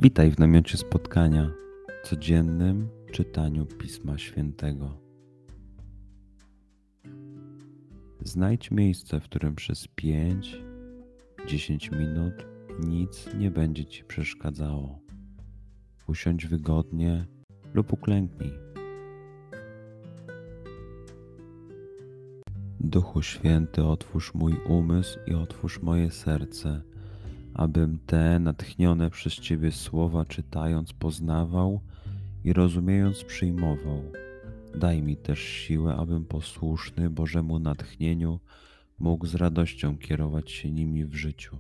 Witaj w namiocie spotkania, codziennym czytaniu Pisma Świętego. Znajdź miejsce, w którym przez 5-10 minut nic nie będzie Ci przeszkadzało. Usiądź wygodnie lub uklęknij. Duchu Święty, otwórz mój umysł i otwórz moje serce, abym te natchnione przez Ciebie słowa czytając poznawał i rozumiejąc przyjmował. Daj mi też siłę, abym posłuszny Bożemu natchnieniu mógł z radością kierować się nimi w życiu.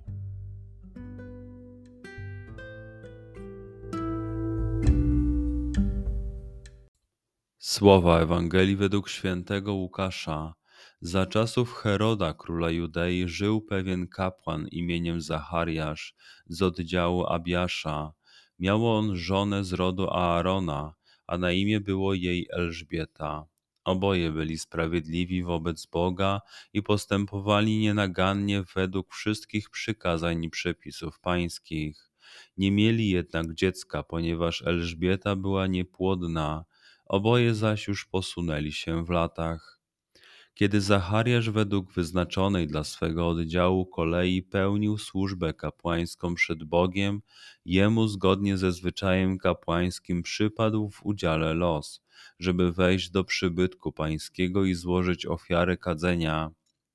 Słowa Ewangelii według świętego Łukasza. Za czasów Heroda, króla Judei, żył pewien kapłan imieniem Zachariasz z oddziału Abiasza. Miał on żonę z rodu Aarona, a na imię było jej Elżbieta. Oboje byli sprawiedliwi wobec Boga i postępowali nienagannie według wszystkich przykazań i przepisów pańskich. Nie mieli jednak dziecka, ponieważ Elżbieta była niepłodna. Oboje zaś już posunęli się w latach. Kiedy Zachariasz według wyznaczonej dla swego oddziału kolei pełnił służbę kapłańską przed Bogiem, jemu zgodnie ze zwyczajem kapłańskim przypadł w udziale los, żeby wejść do przybytku pańskiego i złożyć ofiarę kadzenia.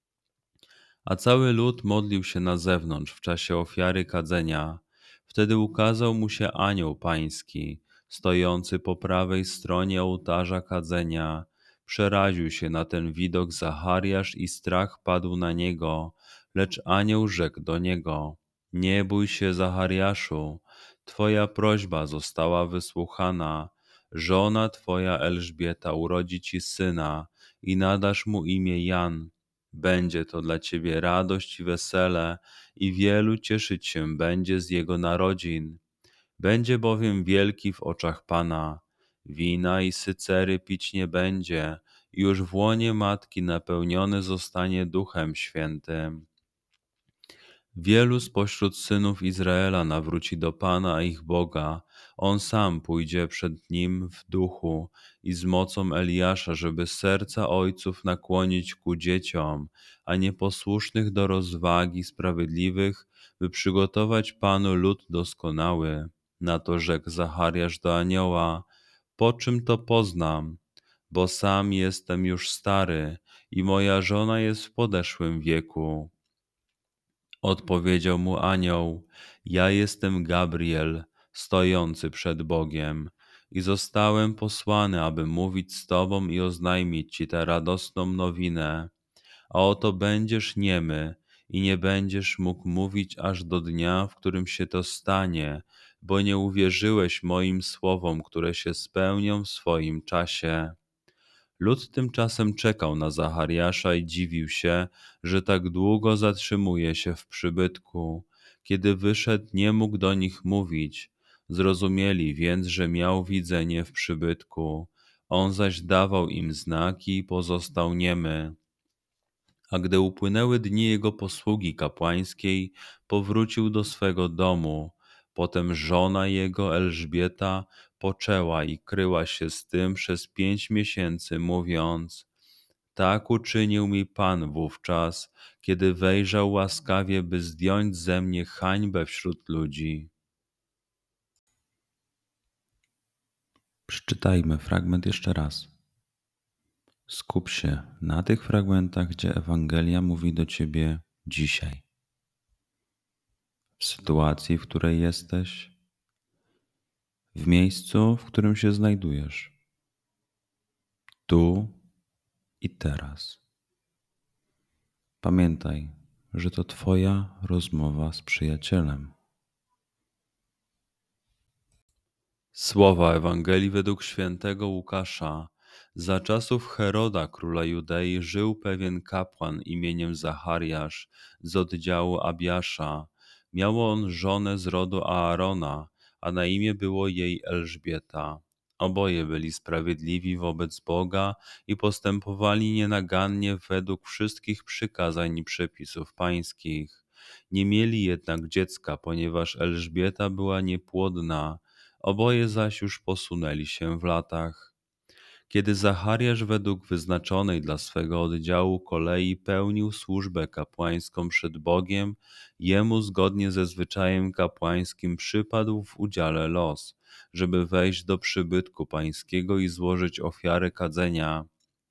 A cały lud modlił się na zewnątrz w czasie ofiary kadzenia. Wtedy ukazał mu się anioł pański, stojący po prawej stronie ołtarza kadzenia. Przeraził się na ten widok Zachariasz i strach padł na niego, lecz anioł rzekł do niego: Nie bój się, Zachariaszu, twoja prośba została wysłuchana. Żona twoja Elżbieta urodzi ci syna i nadasz mu imię Jan. Będzie to dla ciebie radość i wesele i wielu cieszyć się będzie z jego narodzin. Będzie bowiem wielki w oczach Pana. Wina i sycery pić nie będzie, już w łonie matki napełniony zostanie Duchem Świętym. Wielu spośród synów Izraela nawróci do Pana ich Boga. On sam pójdzie przed Nim w duchu i z mocą Eliasza, żeby serca ojców nakłonić ku dzieciom, a nieposłusznych do rozwagi, sprawiedliwych, by przygotować Panu lud doskonały. Na to rzekł Zachariasz do anioła: Po czym to poznam? Bo sam jestem już stary i moja żona jest w podeszłym wieku. Odpowiedział mu anioł: Ja jestem Gabriel, stojący przed Bogiem i zostałem posłany, aby mówić z tobą i oznajmić ci tę radosną nowinę. A oto będziesz niemy i nie będziesz mógł mówić aż do dnia, w którym się to stanie, bo nie uwierzyłeś moim słowom, które się spełnią w swoim czasie. Lud tymczasem czekał na Zachariasza i dziwił się, że tak długo zatrzymuje się w przybytku. Kiedy wyszedł, nie mógł do nich mówić. Zrozumieli więc, że miał widzenie w przybytku. On zaś dawał im znaki i pozostał niemy. A gdy upłynęły dni jego posługi kapłańskiej, powrócił do swego domu. Potem żona jego, Elżbieta, poczęła i kryła się z tym przez 5 miesięcy, mówiąc: Tak uczynił mi Pan wówczas, kiedy wejrzał łaskawie, by zdjąć ze mnie hańbę wśród ludzi. Przeczytajmy fragment jeszcze raz. Skup się na tych fragmentach, gdzie Ewangelia mówi do Ciebie dzisiaj. W sytuacji, w której jesteś, w miejscu, w którym się znajdujesz, tu i teraz. Pamiętaj, że to Twoja rozmowa z przyjacielem. Słowa Ewangelii według świętego Łukasza. Za czasów Heroda, króla Judei, żył pewien kapłan imieniem Zachariasz z oddziału Abiasza. Miał on żonę z rodu Aarona, a na imię było jej Elżbieta. Oboje byli sprawiedliwi wobec Boga i postępowali nienagannie według wszystkich przykazań i przepisów pańskich. Nie mieli jednak dziecka, ponieważ Elżbieta była niepłodna, oboje zaś już posunęli się w latach. Kiedy Zachariasz według wyznaczonej dla swego oddziału kolei pełnił służbę kapłańską przed Bogiem, jemu zgodnie ze zwyczajem kapłańskim przypadł w udziale los, żeby wejść do przybytku pańskiego i złożyć ofiarę kadzenia.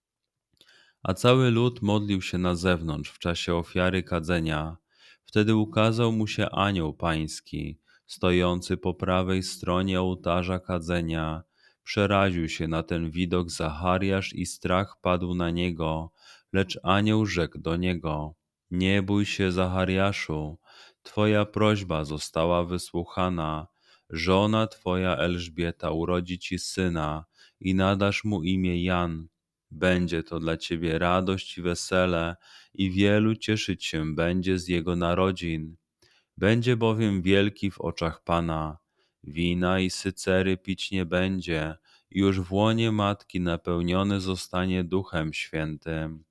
A cały lud modlił się na zewnątrz w czasie ofiary kadzenia. Wtedy ukazał mu się anioł pański, stojący po prawej stronie ołtarza kadzenia. Przeraził się na ten widok Zachariasz i strach padł na niego, lecz anioł rzekł do niego: Nie bój się, Zachariaszu, twoja prośba została wysłuchana. Żona twoja Elżbieta urodzi ci syna i nadasz mu imię Jan. Będzie to dla ciebie radość i wesele i wielu cieszyć się będzie z jego narodzin. Będzie bowiem wielki w oczach Pana. Wina i sycery pić nie będzie, już w łonie matki napełniony zostanie Duchem Świętym.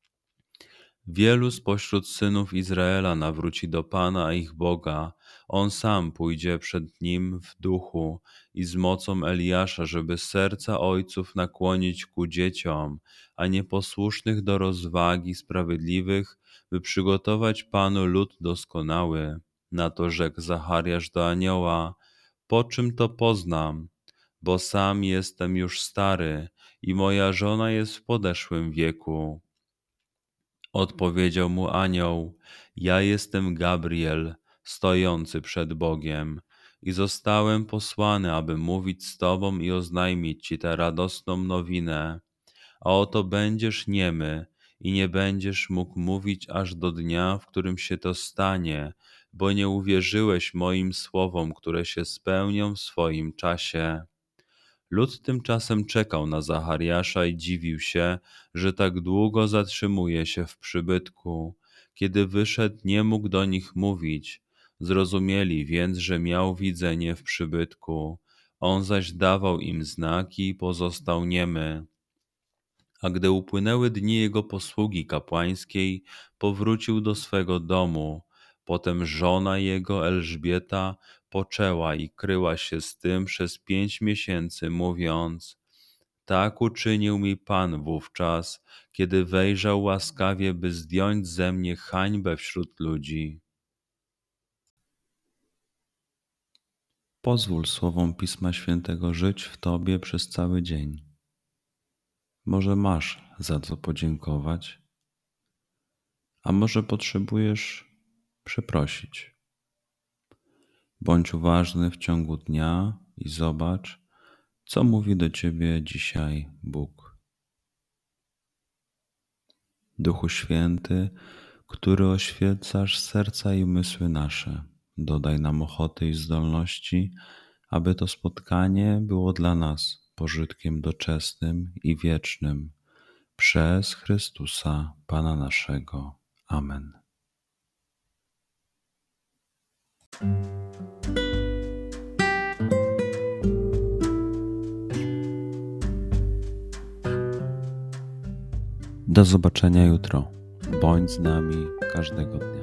Wielu spośród synów Izraela nawróci do Pana ich Boga. On sam pójdzie przed nim w duchu i z mocą Eliasza, żeby serca ojców nakłonić ku dzieciom, a nieposłusznych do rozwagi sprawiedliwych, by przygotować Panu lud doskonały. Na to rzekł Zachariasz do anioła: Po czym to poznam? Bo sam jestem już stary i moja żona jest w podeszłym wieku. Odpowiedział mu anioł: Ja jestem Gabriel, stojący przed Bogiem i zostałem posłany, aby mówić z tobą i oznajmić ci tę radosną nowinę. A oto będziesz niemy i nie będziesz mógł mówić aż do dnia, w którym się to stanie, bo nie uwierzyłeś moim słowom, które się spełnią w swoim czasie. Lud tymczasem czekał na Zachariasza i dziwił się, że tak długo zatrzymuje się w przybytku. Kiedy wyszedł, nie mógł do nich mówić. Zrozumieli więc, że miał widzenie w przybytku. On zaś dawał im znaki i pozostał niemy. A gdy upłynęły dni jego posługi kapłańskiej, powrócił do swego domu. Potem żona jego, Elżbieta, poczęła i kryła się z tym przez 5 miesięcy, mówiąc: Tak uczynił mi Pan wówczas, kiedy wejrzał łaskawie, by zdjąć ze mnie hańbę wśród ludzi. Pozwól słowom Pisma Świętego żyć w Tobie przez cały dzień. Może masz za co podziękować, a może potrzebujesz przeprosić. Bądź uważny w ciągu dnia i zobacz, co mówi do Ciebie dzisiaj Bóg. Duchu Święty, który oświecasz serca i umysły nasze, dodaj nam ochoty i zdolności, aby to spotkanie było dla nas pożytkiem doczesnym i wiecznym. Przez Chrystusa, Pana naszego. Amen. Do zobaczenia jutro. Bądź z nami każdego dnia.